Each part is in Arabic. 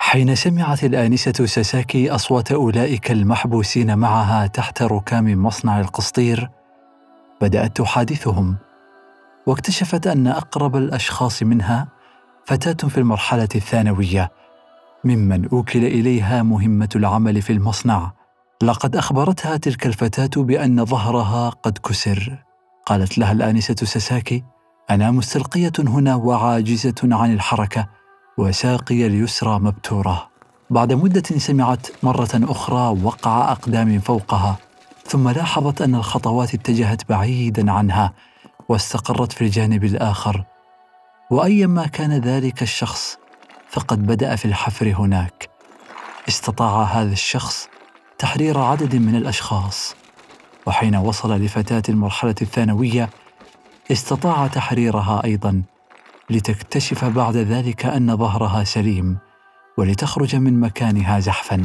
حين سمعت الآنسة ساساكي أصوات أولئك المحبوسين معها تحت ركام مصنع القصدير، بدأت تحادثهم، واكتشفت أن أقرب الأشخاص منها فتاة في المرحلة الثانوية ممن أوكل إليها مهمة العمل في المصنع. لقد أخبرتها تلك الفتاة بأن ظهرها قد كسر. قالت لها الآنسة ساساكي: أنا مستلقية هنا وعاجزة عن الحركة، وساقي اليسرى مبتورة. بعد مدة سمعت مرة أخرى وقع أقدام فوقها، ثم لاحظت أن الخطوات اتجهت بعيدا عنها واستقرت في الجانب الآخر، وأيما كان ذلك الشخص فقد بدأ في الحفر هناك. استطاع هذا الشخص تحرير عدد من الأشخاص، وحين وصل لفتاة المرحلة الثانوية استطاع تحريرها أيضا، لتكتشف بعد ذلك أن ظهرها سليم ولتخرج من مكانها زحفا.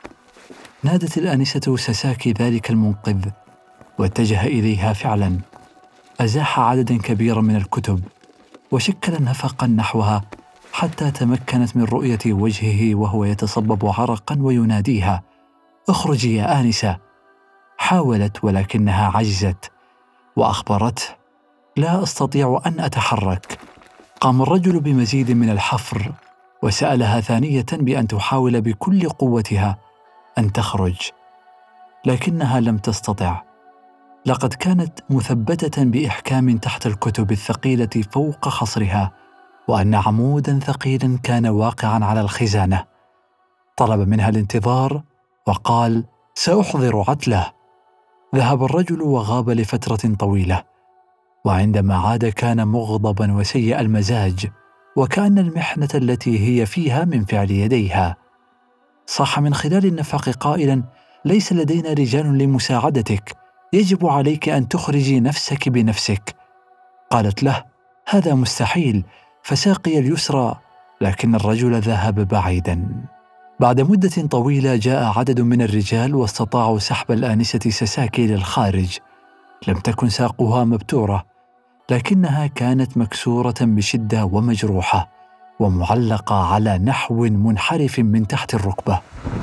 نادت الآنسة ساساكي ذلك المنقذ واتجه إليها فعلا. أزاح عددا كبيرا من الكتب وشكل نفقا نحوها حتى تمكنت من رؤية وجهه وهو يتصبب عرقا ويناديها: اخرجي يا آنسة. حاولت ولكنها عجزت، وأخبرته: لا أستطيع أن أتحرك. قام الرجل بمزيد من الحفر وسألها ثانية بأن تحاول بكل قوتها أن تخرج، لكنها لم تستطع. لقد كانت مثبتة بإحكام تحت الكتب الثقيلة فوق خصرها، وأن عمودا ثقيلا كان واقعا على الخزانة. طلب منها الانتظار وقال: سأحضر عتله. ذهب الرجل وغاب لفترة طويلة، وعندما عاد كان مغضبا وسيء المزاج، وكأن المحنة التي هي فيها من فعل يديها. صاح من خلال النفق قائلا: ليس لدينا رجال لمساعدتك، يجب عليك أن تخرجي نفسك بنفسك. قالت له: هذا مستحيل، فساقي اليسرى. لكن الرجل ذهب بعيدا. بعد مدة طويلة جاء عدد من الرجال واستطاعوا سحب الآنسة ساساكي للخارج. لم تكن ساقها مبتورة، لكنها كانت مكسورة بشدة ومجروحة ومعلقة على نحو منحرف من تحت الركبة.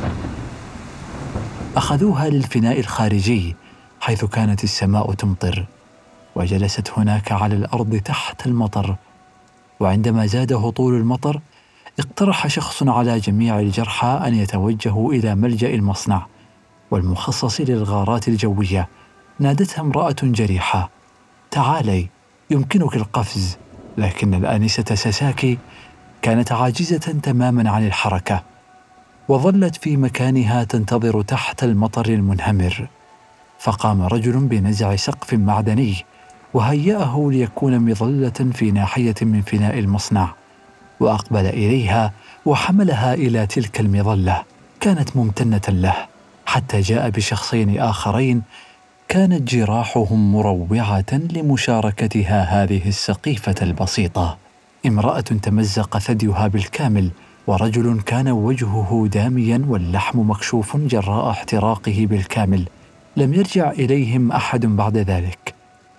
أخذوها للفناء الخارجي حيث كانت السماء تمطر، وجلست هناك على الأرض تحت المطر. وعندما زاد هطول المطر اقترح شخص على جميع الجرحى أن يتوجهوا إلى ملجأ المصنع والمخصص للغارات الجوية. نادتها امرأة جريحة: تعالي، يمكنك القفز. لكن الآنسة ساساكي كانت عاجزة تماما عن الحركة، وظلت في مكانها تنتظر تحت المطر المنهمر. فقام رجل بنزع سقف معدني وهيأه ليكون مظلة في ناحية من فناء المصنع، وأقبل إليها وحملها إلى تلك المظلة. كانت ممتنة له حتى جاء بشخصين آخرين كانت جراحهم مروعة لمشاركتها هذه السقيفة البسيطة. امرأة تمزق ثديها بالكامل، ورجل كان وجهه داميا واللحم مكشوف جراء احتراقه بالكامل. لم يرجع إليهم أحد بعد ذلك.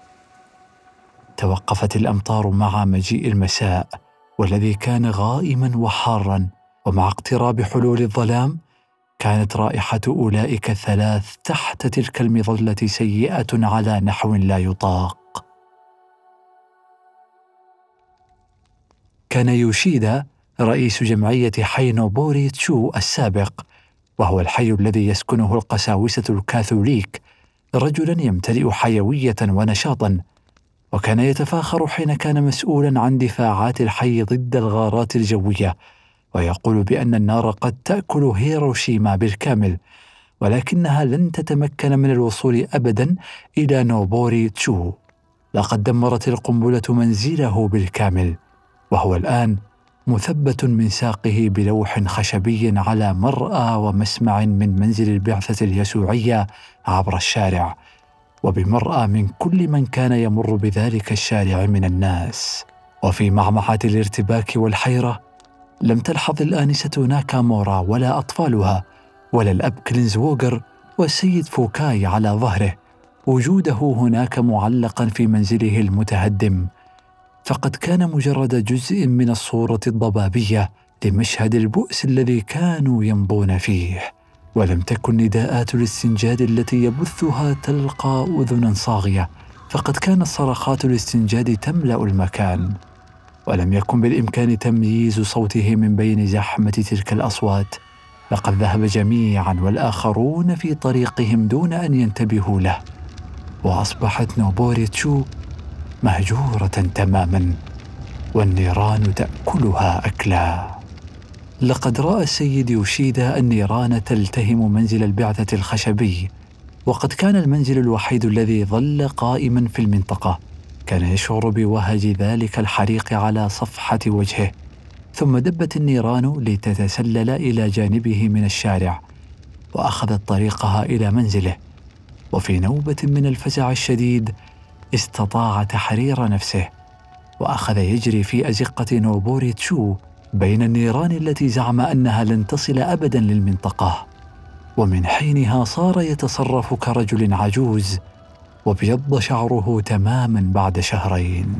توقفت الأمطار مع مجيء المساء، والذي كان غائما وحارا، ومع اقتراب حلول الظلام كانت رائحة أولئك الثلاث تحت تلك المظلة سيئة على نحو لا يطاق. كان يوشيدا رئيس جمعية حي نوبوري تشو السابق، وهو الحي الذي يسكنه القساوسة الكاثوليك، رجلا يمتلئ حيوية ونشاطا، وكان يتفاخر حين كان مسؤولا عن دفاعات الحي ضد الغارات الجوية، ويقول بأن النار قد تأكل هيروشيما بالكامل، ولكنها لن تتمكن من الوصول أبدا إلى نوبوري تشو. لقد دمرت القنبلة منزله بالكامل، وهو الآن مثبت من ساقه بلوح خشبي على مرأى ومسمع من منزل البعثة اليسوعية عبر الشارع، وبمرأى من كل من كان يمر بذلك الشارع من الناس. وفي معمعة الارتباك والحيرة لم تلحظ الآنسة ناكامورا ولا أطفالها ولا الأب كلينزووغر والسيد فوكاي على ظهره وجوده هناك معلقا في منزله المتهدم، فقد كان مجرد جزء من الصورة الضبابية لمشهد البؤس الذي كانوا يمضون فيه. ولم تكن نداءات الاستنجاد التي يبثها تلقى أذنا صاغية، فقد كانت صرخات الاستنجاد تملأ المكان، ولم يكن بالإمكان تمييز صوته من بين زحمة تلك الأصوات. لقد ذهب جميعا والآخرون في طريقهم دون أن ينتبهوا له، وأصبحت نوبوريتشو مهجورة تماما، والنيران تأكلها أكلا. لقد رأى السيد يوشيدا النيران تلتهم منزل البعثة الخشبي، وقد كان المنزل الوحيد الذي ظل قائما في المنطقة. كان يشعر بوهج ذلك الحريق على صفحة وجهه، ثم دبت النيران لتتسلل إلى جانبه من الشارع، وأخذت طريقها إلى منزله. وفي نوبة من الفزع الشديد استطاع تحرير نفسه، وأخذ يجري في أزقة نوبوريتشو بين النيران التي زعم أنها لن تصل أبدا للمنطقة. ومن حينها صار يتصرف كرجل عجوز، وابيض شعره تماما بعد شهرين.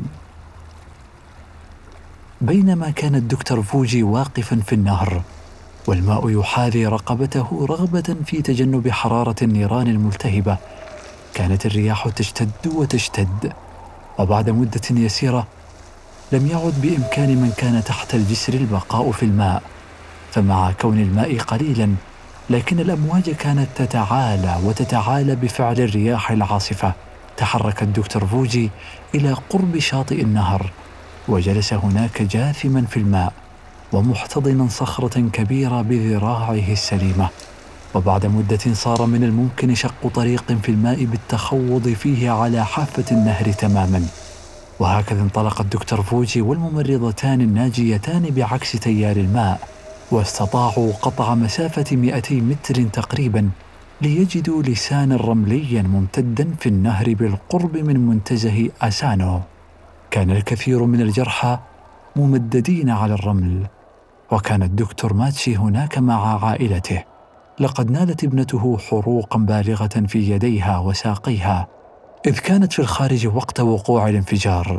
بينما كان الدكتور فوجي واقفا في النهر والماء يحاذي رقبته رغبة في تجنب حرارة النيران الملتهبة، كانت الرياح تشتد وتشتد، وبعد مدة يسيرة لم يعد بإمكان من كان تحت الجسر البقاء في الماء. فمع كون الماء قليلا، لكن الأمواج كانت تتعالى وتتعالى بفعل الرياح العاصفة. تحرك الدكتور فوجي إلى قرب شاطئ النهر، وجلس هناك جاثما في الماء ومحتضنا صخرة كبيرة بذراعه السليمة. وبعد مدة صار من الممكن شق طريق في الماء بالتخوض فيه على حافة النهر تماما. وهكذا انطلق الدكتور فوجي والممرضتان الناجيتان بعكس تيار الماء، واستطاعوا قطع مسافة 200 متر تقريبا ليجدوا لسانا رمليا ممتدا في النهر بالقرب من منتزه أسانو. كان الكثير من الجرحى ممددين على الرمل، وكان الدكتور ماتشي هناك مع عائلته. لقد نالت ابنته حروقا بالغة في يديها وساقيها، إذ كانت في الخارج وقت وقوع الانفجار،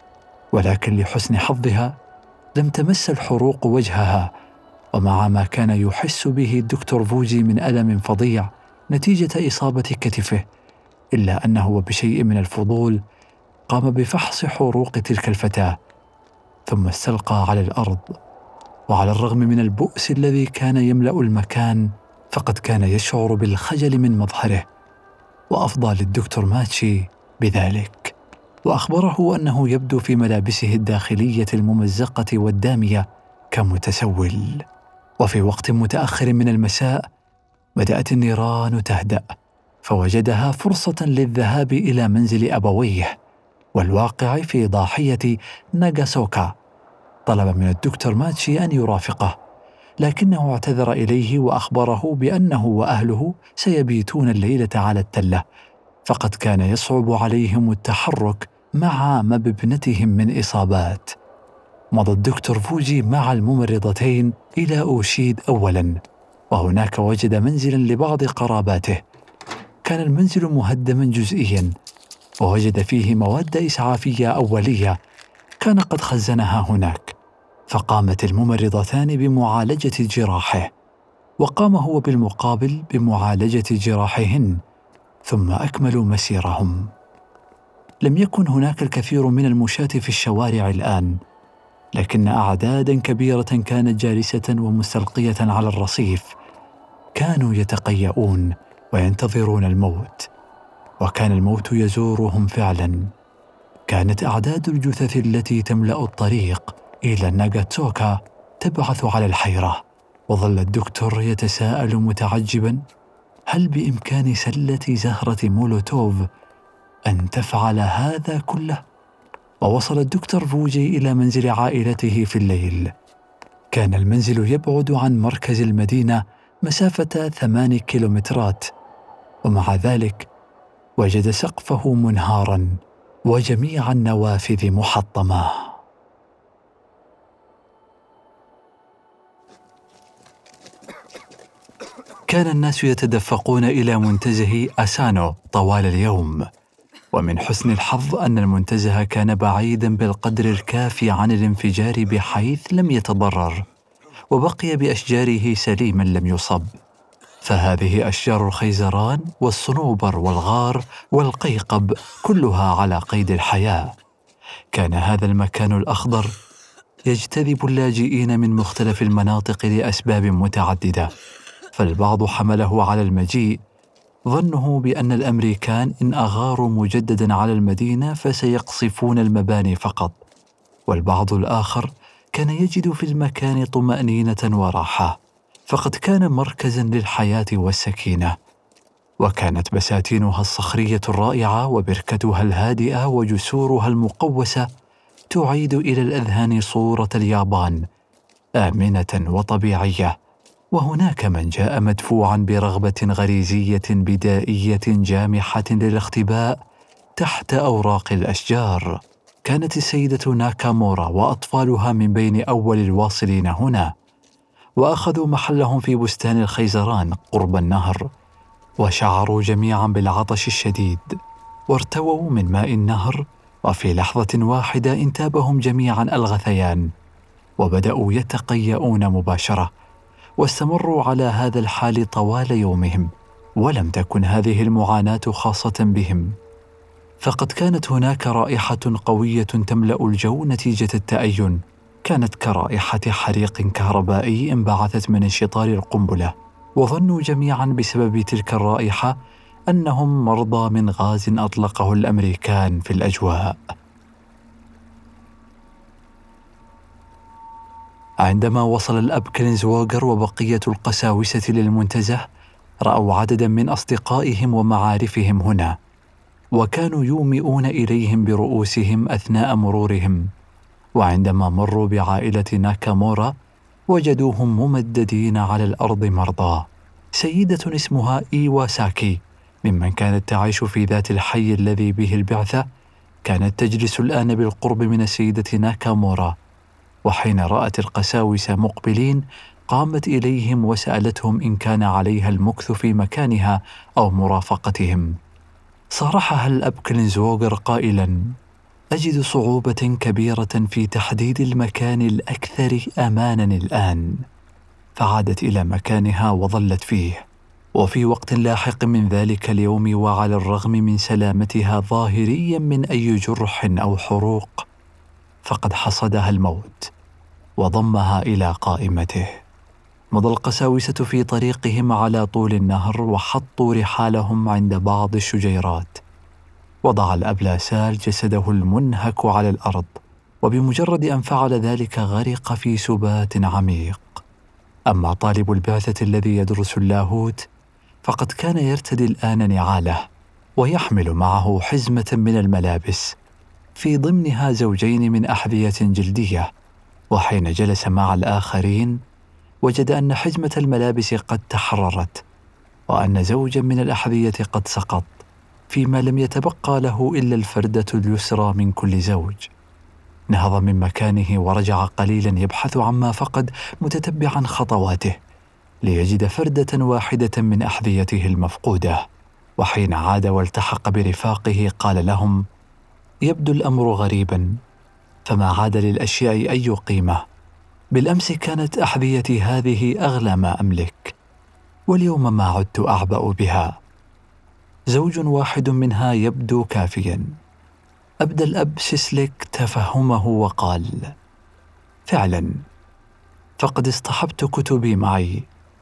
ولكن لحسن حظها لم تمس الحروق وجهها. ومع ما كان يحس به الدكتور فوجي من ألم فظيع نتيجة إصابة كتفه، إلا أنه وبشيء من الفضول قام بفحص حروق تلك الفتاة، ثم استلقى على الأرض. وعلى الرغم من البؤس الذي كان يملأ المكان، فقد كان يشعر بالخجل من مظهره، وأفضى للدكتور ماتشي بذلك، وأخبره أنه يبدو في ملابسه الداخلية الممزقة والدامية كمتسول. وفي وقت متأخر من المساء بدأت النيران تهدأ، فوجدها فرصة للذهاب إلى منزل أبويه والواقع في ضاحية ناغاسوكا. طلب من الدكتور ماتشي أن يرافقه، لكنه اعتذر إليه وأخبره بأنه وأهله سيبيتون الليلة على التلة، فقد كان يصعب عليهم التحرك مع ما بابنتهم من إصابات. مضى الدكتور فوجي مع الممرضتين إلى أوشيد أولا، وهناك وجد منزلا لبعض قراباته. كان المنزل مهدما جزئيا، ووجد فيه مواد إسعافية أولية كان قد خزنها هناك. فقامت الممرضتان بمعالجة جراحه، وقام هو بالمقابل بمعالجة جراحهن، ثم أكملوا مسيرهم. لم يكن هناك الكثير من المشاة في الشوارع الآن، لكن أعدادا كبيرة كانت جالسة ومستلقية على الرصيف، كانوا يتقيؤون وينتظرون الموت، وكان الموت يزورهم فعلا. كانت أعداد الجثث التي تملأ الطريق إلى ناغاتسوكا تبعث على الحيرة، وظل الدكتور يتساءل متعجبا: هل بإمكان سلة زهرة مولوتوف أن تفعل هذا كله؟ ووصل الدكتور فوجي إلى منزل عائلته في الليل. كان المنزل يبعد عن مركز المدينة مسافة 8 كيلومترات، ومع ذلك وجد سقفه منهارا وجميع النوافذ محطمة. كان الناس يتدفقون إلى منتزه أسانو طوال اليوم، ومن حسن الحظ أن المنتزه كان بعيدا بالقدر الكافي عن الانفجار بحيث لم يتضرر. وبقي بأشجاره سليما لم يصب. فهذه أشجار الخيزران والصنوبر والغار والقيقب كلها على قيد الحياة. كان هذا المكان الأخضر يجتذب اللاجئين من مختلف المناطق لأسباب متعددة، فالبعض حمله على المجيء ظنه بأن الأمريكان إن أغاروا مجددا على المدينة فسيقصفون المباني فقط، والبعض الآخر كان يجد في المكان طمأنينة وراحة، فقد كان مركزا للحياة والسكينة. وكانت بساتينها الصخرية الرائعة وبركتها الهادئة وجسورها المقوسة تعيد إلى الأذهان صورة اليابان آمنة وطبيعية. وهناك من جاء مدفوعا برغبة غريزية بدائية جامحة للاختباء تحت أوراق الأشجار. كانت السيدة ناكامورا وأطفالها من بين أول الواصلين هنا، وأخذوا محلهم في بستان الخيزران قرب النهر، وشعروا جميعا بالعطش الشديد وارتووا من ماء النهر، وفي لحظة واحدة انتابهم جميعا الغثيان وبدأوا يتقيؤون مباشرة، واستمروا على هذا الحال طوال يومهم. ولم تكن هذه المعاناة خاصة بهم، فقد كانت هناك رائحة قوية تملأ الجو نتيجة التأين، كانت كرائحة حريق كهربائي انبعثت من انشطار القنبلة، وظنوا جميعا بسبب تلك الرائحة أنهم مرضى من غاز أطلقه الأمريكان في الأجواء. عندما وصل الأب كلينزووغر وبقية القساوسة للمنتزه، رأوا عددا من أصدقائهم ومعارفهم هنا، وكانوا يومئون إليهم برؤوسهم أثناء مرورهم. وعندما مروا بعائلة ناكامورا وجدوهم ممددين على الأرض مرضى. سيدة اسمها إيواساكي ممن كانت تعيش في ذات الحي الذي به البعثة كانت تجلس الآن بالقرب من السيدة ناكامورا، وحين رأت القساوسة مقبلين قامت إليهم وسألتهم إن كان عليها المكث في مكانها أو مرافقتهم. صارحها الأب كلينزووغر قائلا: أجد صعوبة كبيرة في تحديد المكان الأكثر أمانا الآن. فعادت إلى مكانها وظلت فيه. وفي وقت لاحق من ذلك اليوم، وعلى الرغم من سلامتها ظاهريا من أي جرح أو حروق، فقد حصدها الموت وضمها إلى قائمته. مضى القساوسة في طريقهم على طول النهر وحطوا رحالهم عند بعض الشجيرات. وضع الأب لاسال جسده المنهك على الأرض، وبمجرد أن فعل ذلك غرق في سبات عميق. أما طالب البعثة الذي يدرس اللاهوت فقد كان يرتدي الآن نعاله، ويحمل معه حزمة من الملابس في ضمنها زوجين من أحذية جلدية. وحين جلس مع الآخرين وجد أن حزمة الملابس قد تحررت، وأن زوجا من الأحذية قد سقط، فيما لم يتبقى له إلا الفردة اليسرى من كل زوج. نهض من مكانه ورجع قليلا يبحث عما فقد، متتبعا خطواته ليجد فردة واحدة من أحذيته المفقودة. وحين عاد والتحق برفاقه قال لهم: يبدو الأمر غريبا، فما عاد للأشياء أي قيمة. بالأمس كانت أحذيتي هذه أغلى ما أملك، واليوم ما عدت أعبأ بها. زوج واحد منها يبدو كافيا. أبدى الأب سيسليك تفهمه وقال: فعلا، فقد اصطحبت كتبي معي،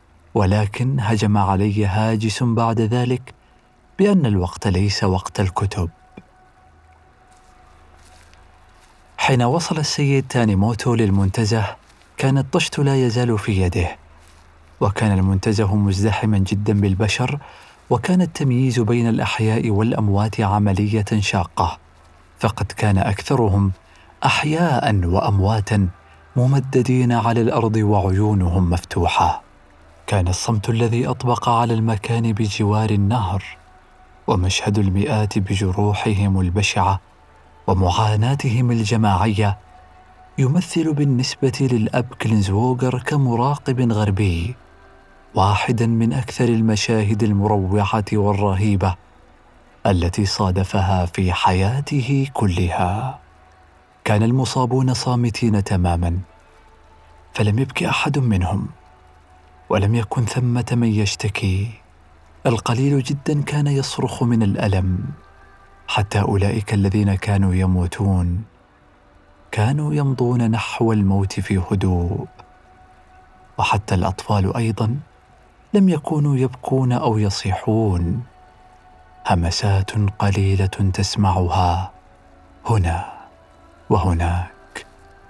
ولكن هجم علي هاجس بعد ذلك بأن الوقت ليس وقت الكتب. حين وصل السيد تانيموتو للمنتزه كان الطشت لا يزال في يده، وكان المنتزه مزدحما جدا بالبشر، وكان التمييز بين الأحياء والأموات عملية شاقة، فقد كان أكثرهم أحياء وأمواتا ممددين على الأرض وعيونهم مفتوحة. كان الصمت الذي أطبق على المكان بجوار النهر، ومشهد المئات بجروحهم البشعة ومعاناتهم الجماعية يمثل بالنسبة للأب كلينزووغر كمراقب غربي واحدا من أكثر المشاهد المروعة والرهيبة التي صادفها في حياته كلها. كان المصابون صامتين تماما، فلم يبكي أحد منهم، ولم يكن ثمة من يشتكي. القليل جدا كان يصرخ من الألم، حتى أولئك الذين كانوا يموتون كانوا يمضون نحو الموت في هدوء. وحتى الأطفال أيضا لم يكونوا يبكون أو يصيحون، همسات قليلة تسمعها هنا وهناك.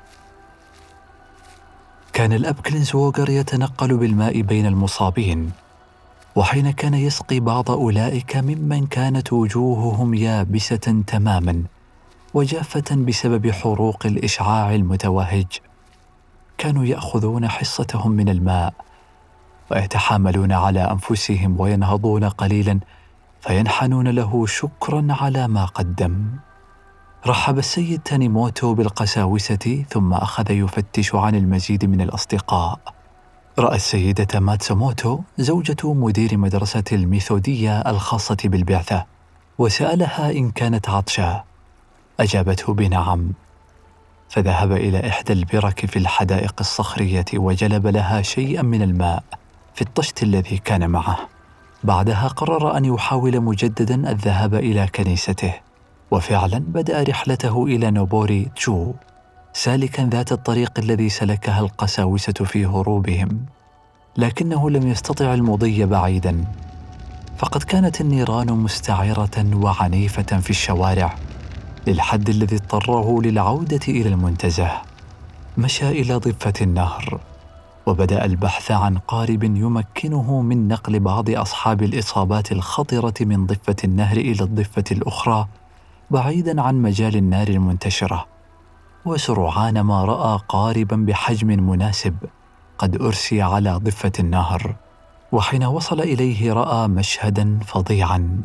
كان الأب كلينزووغر يتنقل بالماء بين المصابين، وحين كان يسقي بعض أولئك ممن كانت وجوههم يابسة تماما وجافة بسبب حروق الإشعاع المتوهج، كانوا يأخذون حصتهم من الماء ويتحاملون على أنفسهم وينهضون قليلا فينحنون له شكرا على ما قدم. رحب السيد تانيموتو بالقساوسة ثم أخذ يفتش عن المزيد من الأصدقاء. رأى السيدة ماتسوموتو زوجة مدير مدرسة الميثودية الخاصة بالبعثة وسألها إن كانت عطشة. أجابته بنعم، فذهب إلى إحدى البرك في الحدائق الصخرية وجلب لها شيئا من الماء في الطشت الذي كان معه. بعدها قرر أن يحاول مجددا الذهاب إلى كنيسته، وفعلا بدأ رحلته إلى نوبوري تشو، سالكا ذات الطريق الذي سلكها القساوسة في هروبهم، لكنه لم يستطع المضي بعيدا، فقد كانت النيران مستعرة وعنيفة في الشوارع للحد الذي اضطره للعودة إلى المنتزه. مشى إلى ضفة النهر وبدأ البحث عن قارب يمكنه من نقل بعض أصحاب الإصابات الخطرة من ضفة النهر إلى الضفة الأخرى بعيدا عن مجال النار المنتشرة. وسرعان ما رأى قاربا بحجم مناسب قد أرسي على ضفة النهر، وحين وصل إليه رأى مشهدا فظيعا: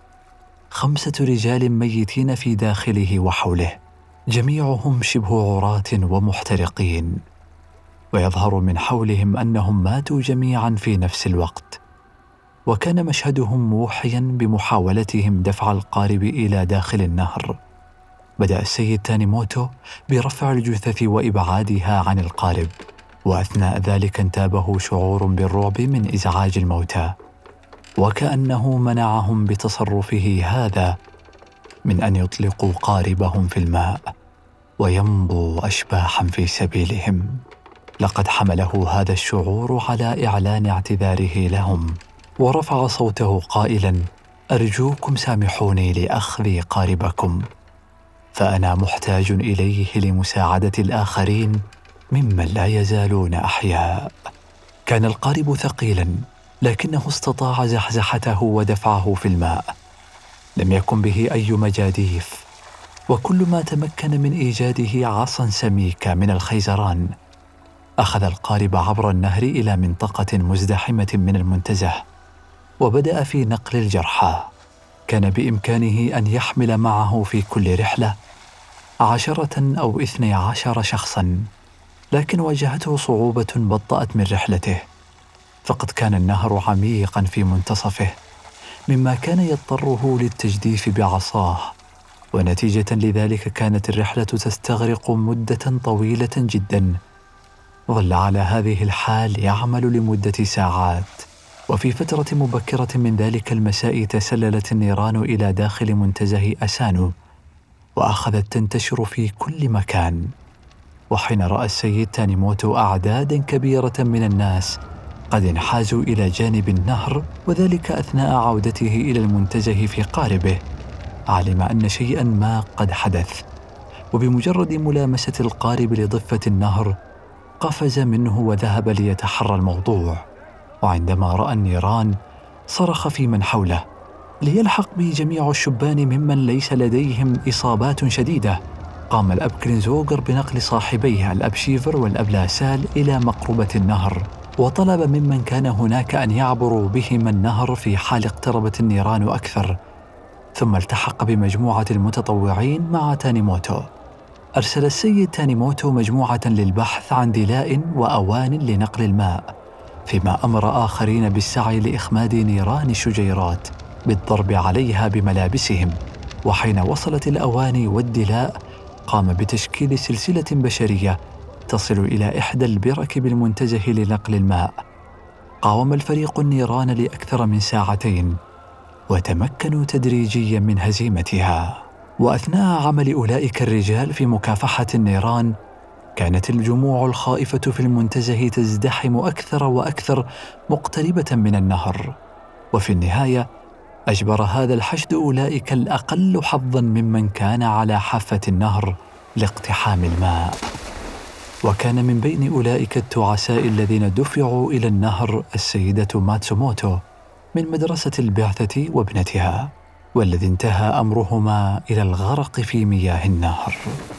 5 رجال ميتين في داخله وحوله، جميعهم شبه عراة ومحترقين، ويظهر من حولهم أنهم ماتوا جميعا في نفس الوقت. وكان مشهدهم موحيا بمحاولتهم دفع القارب إلى داخل النهر. بدأ السيد تانيموتو برفع الجثث وإبعادها عن القارب، وأثناء ذلك انتابه شعور بالرعب من إزعاج الموتى، وكأنه منعهم بتصرفه هذا من أن يطلقوا قاربهم في الماء ويمضوا أشباحا في سبيلهم. لقد حمله هذا الشعور على إعلان اعتذاره لهم، ورفع صوته قائلا: أرجوكم سامحوني لأخذ قاربكم، فأنا محتاج إليه لمساعدة الآخرين ممن لا يزالون أحياء. كان القارب ثقيلا، لكنه استطاع زحزحته ودفعه في الماء. لم يكن به أي مجاديف، وكل ما تمكن من إيجاده عصا سميكة من الخيزران. أخذ القارب عبر النهر إلى منطقة مزدحمة من المنتزه، وبدأ في نقل الجرحى. كان بإمكانه أن يحمل معه في كل رحلة 10 أو 12 شخصا، لكن واجهته صعوبة بطأت من رحلته، فقد كان النهر عميقا في منتصفه، مما كان يضطره للتجديف بعصاه، ونتيجة لذلك كانت الرحلة تستغرق مدة طويلة جدا. ظل على هذه الحال يعمل لمدة ساعات، وفي فترة مبكرة من ذلك المساء تسللت النيران إلى داخل منتزه أسانو، وأخذت تنتشر في كل مكان. وحين رأى السيد تانيموتو أعدادا كبيرة من الناس قد انحازوا إلى جانب النهر، وذلك أثناء عودته إلى المنتزه في قاربه، علم أن شيئا ما قد حدث. وبمجرد ملامسة القارب لضفة النهر قفز منه وذهب ليتحرى الموضوع. وعندما رأى النيران صرخ في من حوله ليلحق به جميع الشبان ممن ليس لديهم إصابات شديدة. قام الأب كلينزووغر بنقل صاحبيه الأب شيفر والأب لاسال إلى مقربة النهر، وطلب ممن كان هناك أن يعبروا بهما النهر في حال اقتربت النيران أكثر، ثم التحق بمجموعة المتطوعين مع تانيموتو. أرسل السيد تانيموتو مجموعة للبحث عن دلاء وأوان لنقل الماء، فيما أمر آخرين بالسعي لإخماد نيران الشجيرات بالضرب عليها بملابسهم. وحين وصلت الأواني والدلاء قام بتشكيل سلسلة بشرية تصل إلى إحدى البرك بالمنتزه لنقل الماء. قاوم الفريق النيران لأكثر من ساعتين، وتمكنوا تدريجيا من هزيمتها. وأثناء عمل أولئك الرجال في مكافحة النيران، كانت الجموع الخائفة في المنتزه تزدحم أكثر وأكثر مقتربة من النهر. وفي النهاية أجبر هذا الحشد أولئك الأقل حظاً ممن كان على حافة النهر لاقتحام الماء. وكان من بين أولئك التعساء الذين دفعوا إلى النهر السيدة ماتسوموتو من مدرسة البعثة وابنتها، والذي انتهى أمرهما إلى الغرق في مياه النهر.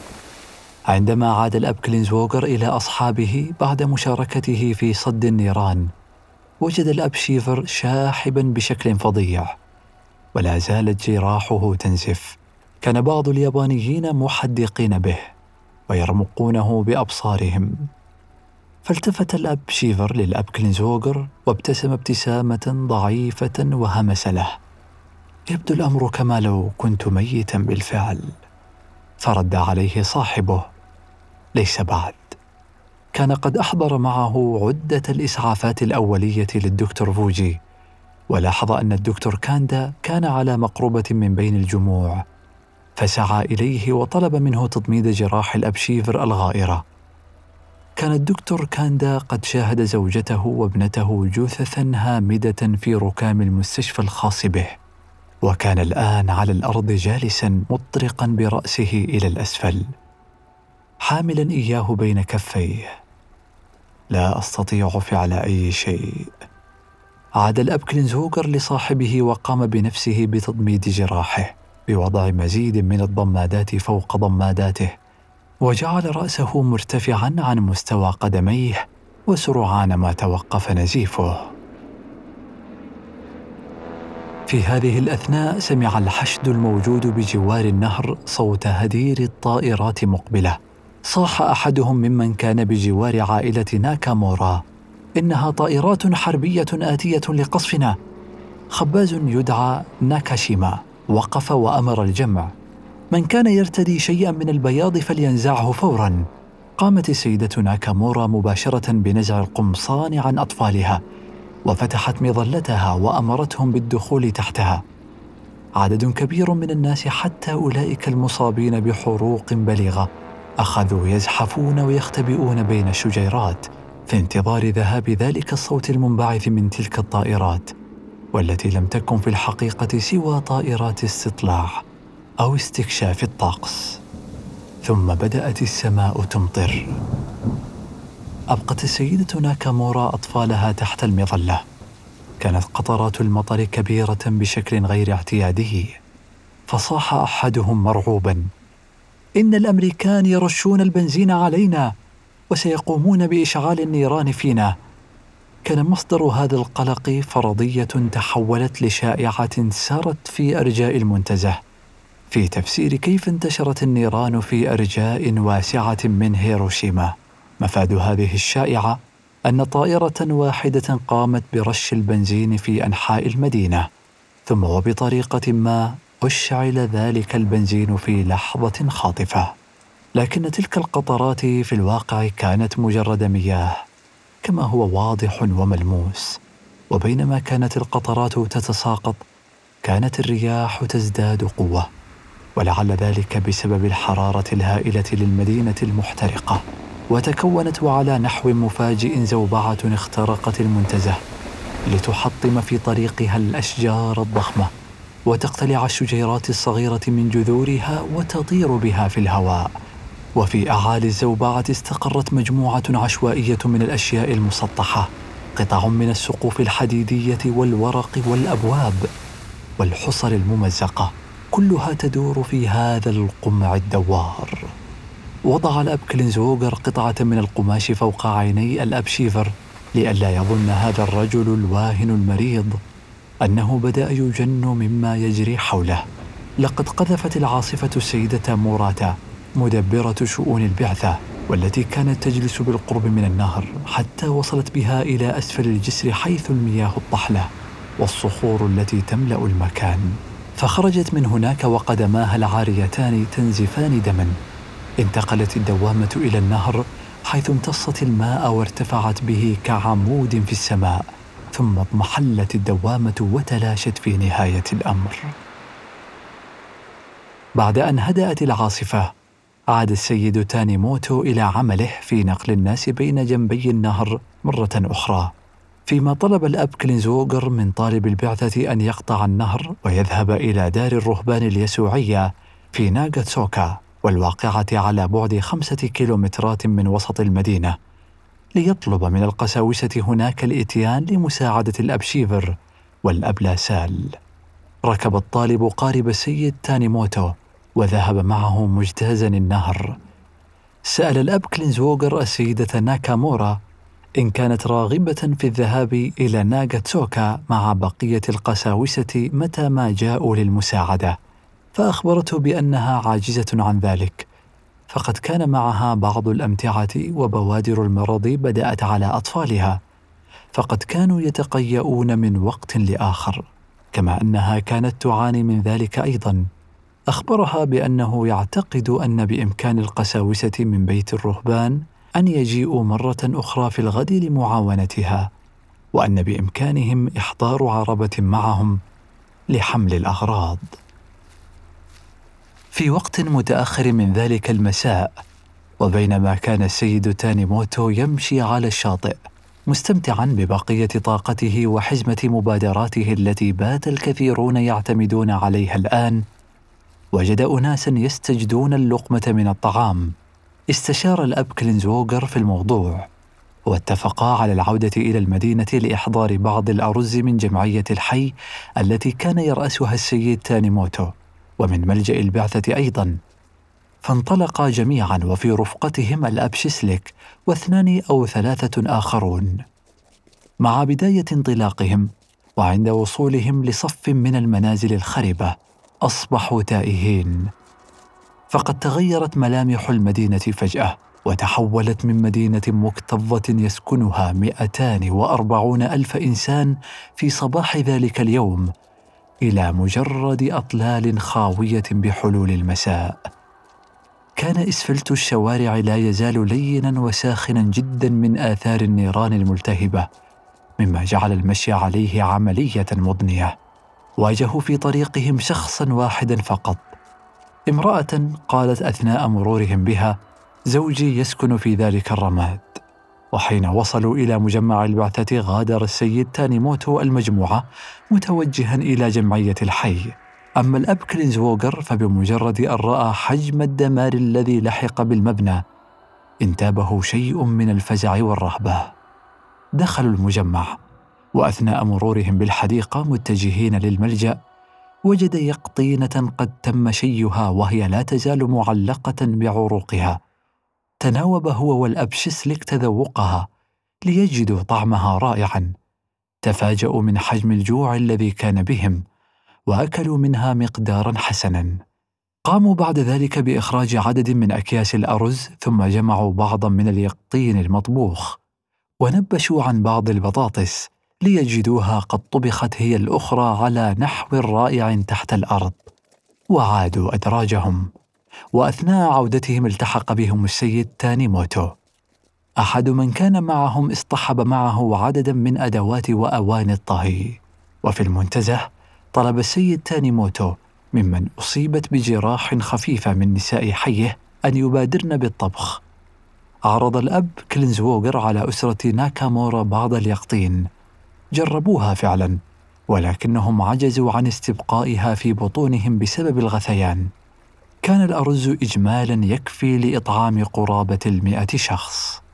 عندما عاد الأب كلينزوغر إلى أصحابه بعد مشاركته في صد النيران، وجد الأب شيفر شاحباً بشكل فظيع، ولا زالت جراحه تنزف. كان بعض اليابانيين محدقين به ويرمقونه بأبصارهم، فالتفت الأب شيفر للأب كلينزوغر وابتسم ابتسامة ضعيفة وهمس له: يبدو الأمر كما لو كنت ميتا بالفعل. فرد عليه صاحبه: ليس بعد. كان قد أحضر معه عدة الإسعافات الأولية للدكتور فوجي، ولاحظ أن الدكتور كاندا كان على مقربة من بين الجموع، فسعى إليه وطلب منه تضميد جراح الأب شيفر الغائرة. كان الدكتور كاندا قد شاهد زوجته وابنته جثثا هامدة في ركام المستشفى الخاص به، وكان الآن على الأرض جالسا مطرقا برأسه إلى الأسفل، حاملا إياه بين كفيه. لا أستطيع فعل أي شيء. عاد الأب كلينزوغر لصاحبه وقام بنفسه بتضميد جراحه بوضع مزيد من الضمادات فوق ضماداته، وجعل رأسه مرتفعا عن مستوى قدميه، وسرعان ما توقف نزيفه. في هذه الأثناء سمع الحشد الموجود بجوار النهر صوت هدير الطائرات مقبلة. صاح أحدهم ممن كان بجوار عائلة ناكامورا: إنها طائرات حربية آتية لقصفنا. خباز يدعى ناكاشيما وقف وأمر الجمع: من كان يرتدي شيئا من البياض فلينزعه فورا. قامت السيدة ناكامورا مباشرة بنزع القمصان عن أطفالها، وفتحت مظلتها وأمرتهم بالدخول تحتها. عدد كبير من الناس، حتى أولئك المصابين بحروق بليغة، أخذوا يزحفون ويختبئون بين الشجيرات في انتظار ذهاب ذلك الصوت المنبعث من تلك الطائرات، والتي لم تكن في الحقيقة سوى طائرات استطلاع أو استكشاف الطقس. ثم بدأت السماء تمطر. أبقت السيدة ناكامورا أطفالها تحت المظلة. كانت قطرات المطر كبيرة بشكل غير اعتيادي، فصاح أحدهم مرعوبا: إن الأمريكان يرشون البنزين علينا وسيقومون بإشعال النيران فينا. كان مصدر هذا القلق فرضية تحولت لشائعة سارت في أرجاء المنتزه في تفسير كيف انتشرت النيران في أرجاء واسعة من هيروشيما. مفاد هذه الشائعة أن طائرة واحدة قامت برش البنزين في أنحاء المدينة، ثم وبطريقة ما أشعل ذلك البنزين في لحظة خاطفة. لكن تلك القطرات في الواقع كانت مجرد مياه، كما هو واضح وملموس. وبينما كانت القطرات تتساقط، كانت الرياح تزداد قوة، ولعل ذلك بسبب الحرارة الهائلة للمدينة المحترقة. وتكونت وعلى نحو مفاجئ زوبعة اخترقت المنتزه لتحطم في طريقها الأشجار الضخمة، وتقتلع الشجيرات الصغيرة من جذورها وتطير بها في الهواء. وفي أعالي الزوبعة استقرت مجموعة عشوائية من الأشياء المسطحة، قطع من السقوف الحديدية والورق والأبواب والحصر الممزقة، كلها تدور في هذا القمع الدوار. وضع الأب كلينزوغر قطعة من القماش فوق عيني الأب شيفر لئلا يظن هذا الرجل الواهن المريض أنه بدأ يجن مما يجري حوله. لقد قذفت العاصفة السيدة موراتا مدبرة شؤون البعثة، والتي كانت تجلس بالقرب من النهر، حتى وصلت بها إلى أسفل الجسر حيث المياه الضحلة والصخور التي تملأ المكان. فخرجت من هناك وقدماها العاريتان تنزفان دما. انتقلت الدوامة إلى النهر حيث امتصت الماء وارتفعت به كعمود في السماء، ثم اضمحلت الدوامة وتلاشت في نهاية الأمر. بعد أن هدأت العاصفة، عاد السيد تانيموتو إلى عمله في نقل الناس بين جنبي النهر مرة أخرى، فيما طلب الأب كلينزوغر من طالب البعثة أن يقطع النهر ويذهب إلى دار الرهبان اليسوعية في ناغاتسوكا، والواقعة على بعد 5 كيلومترات من وسط المدينة، ليطلب من القساوسة هناك الإتيان لمساعدة الأب شيفر والأب لاسال. ركب الطالب قارب السيد تانيموتو وذهب معه مجتازا النهر. سأل الأب كلينزوغر السيدة ناكامورا إن كانت راغبة في الذهاب إلى ناغاتسوكا مع بقية القساوسة متى ما جاءوا للمساعدة، فأخبرته بأنها عاجزة عن ذلك، فقد كان معها بعض الأمتعة وبوادر المرض بدأت على أطفالها، فقد كانوا يتقيؤون من وقت لآخر، كما أنها كانت تعاني من ذلك أيضا. أخبرها بأنه يعتقد أن بإمكان القساوسة من بيت الرهبان أن يجيئوا مرة أخرى في الغد لمعاونتها، وأن بإمكانهم إحضار عربة معهم لحمل الأغراض. في وقت متأخر من ذلك المساء، وبينما كان السيد تانيموتو يمشي على الشاطئ مستمتعا ببقية طاقته وحزمة مبادراته التي بات الكثيرون يعتمدون عليها الآن، وجد أناسا يستجدون اللقمة من الطعام. استشار الأب كلينزوغر في الموضوع، واتفقا على العودة إلى المدينة لإحضار بعض الأرز من جمعية الحي التي كان يرأسها السيد تانيموتو، ومن ملجأ البعثة أيضا. فانطلقا جميعا، وفي رفقتهم الأب شيسليك و2 أو 3 آخرون. مع بداية انطلاقهم وعند وصولهم لصف من المنازل الخربة، أصبحوا تائهين، فقد تغيرت ملامح المدينة فجأة، وتحولت من مدينة مكتظة يسكنها 240 ألف إنسان في صباح ذلك اليوم إلى مجرد أطلال خاوية بحلول المساء. كان إسفلت الشوارع لا يزال لينا وساخنا جدا من آثار النيران الملتهبة، مما جعل المشي عليه عملية مضنية. واجهوا في طريقهم شخصا واحدا فقط، امرأة قالت أثناء مرورهم بها: زوجي يسكن في ذلك الرماد. وحين وصلوا إلى مجمع البعثة غادر السيد تانيموتو المجموعة متوجها إلى جمعية الحي. أما الأب كلينزوغر فبمجرد أن رأى حجم الدمار الذي لحق بالمبنى انتابه شيء من الفزع والرهبة. دخلوا المجمع، وأثناء مرورهم بالحديقة متجهين للملجأ وجد يقطينة قد تم شيها وهي لا تزال معلقة بعروقها. تناوب هو والأب شيسليك تذوقها ليجدوا طعمها رائعا. تفاجأوا من حجم الجوع الذي كان بهم، وأكلوا منها مقدارا حسنا. قاموا بعد ذلك بإخراج عدد من أكياس الأرز، ثم جمعوا بعضا من اليقطين المطبوخ، ونبشوا عن بعض البطاطس ليجدوها قد طبخت هي الأخرى على نحو رائع تحت الأرض. وعادوا أدراجهم، وأثناء عودتهم التحق بهم السيد تانيموتو. أحد من كان معهم اصطحب معه عددا من أدوات وأواني الطهي. وفي المنتزه طلب السيد تانيموتو ممن أصيبت بجراح خفيفة من نساء حيه أن يبادرن بالطبخ. عرض الأب كلينزوغر على أسرة ناكامورا بعض اليقطين. جربوها فعلا، ولكنهم عجزوا عن استبقائها في بطونهم بسبب الغثيان. كان الأرز إجمالا يكفي لإطعام قرابة 100 شخص.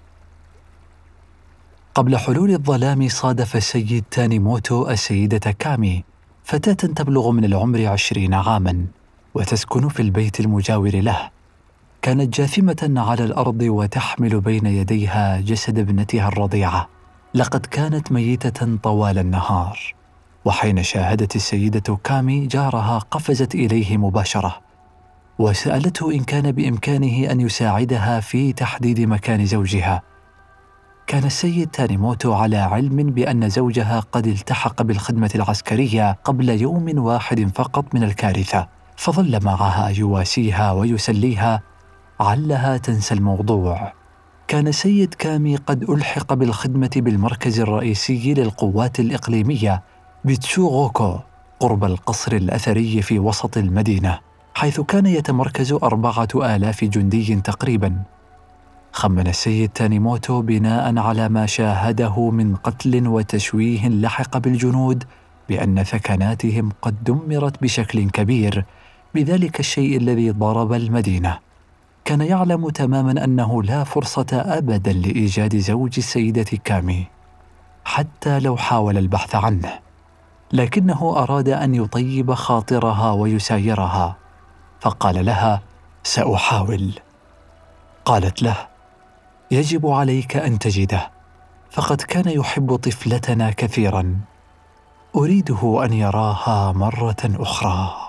قبل حلول الظلام صادف السيد تانيموتو السيدة كامي، فتاة تبلغ من العمر 20 عاما وتسكن في البيت المجاور له. كانت جاثمة على الأرض وتحمل بين يديها جسد ابنتها الرضيعة، لقد كانت ميتة طوال النهار. وحين شاهدت السيدة كامي جارها قفزت إليه مباشرة وسألته إن كان بإمكانه أن يساعدها في تحديد مكان زوجها. كان السيد تانيموتو على علم بأن زوجها قد التحق بالخدمة العسكرية قبل يوم واحد فقط من الكارثة، فظل معها يواسيها ويسليها علها تنسى الموضوع. كان سيد كامي قد ألحق بالخدمة بالمركز الرئيسي للقوات الإقليمية بتسوغوكو قرب القصر الأثري في وسط المدينة، حيث كان يتمركز 4000 جندي تقريباً. خمن السيد تانيموتو بناء على ما شاهده من قتل وتشويه لحق بالجنود بأن ثكناتهم قد دمرت بشكل كبير بذلك الشيء الذي ضرب المدينة. كان يعلم تماما أنه لا فرصة أبدا لإيجاد زوج السيدة كامي حتى لو حاول البحث عنه، لكنه أراد أن يطيب خاطرها ويسايرها، فقال لها: سأحاول. قالت له: يجب عليك أن تجده، فقد كان يحب طفلتنا كثيرا، أريده أن يراها مرة أخرى.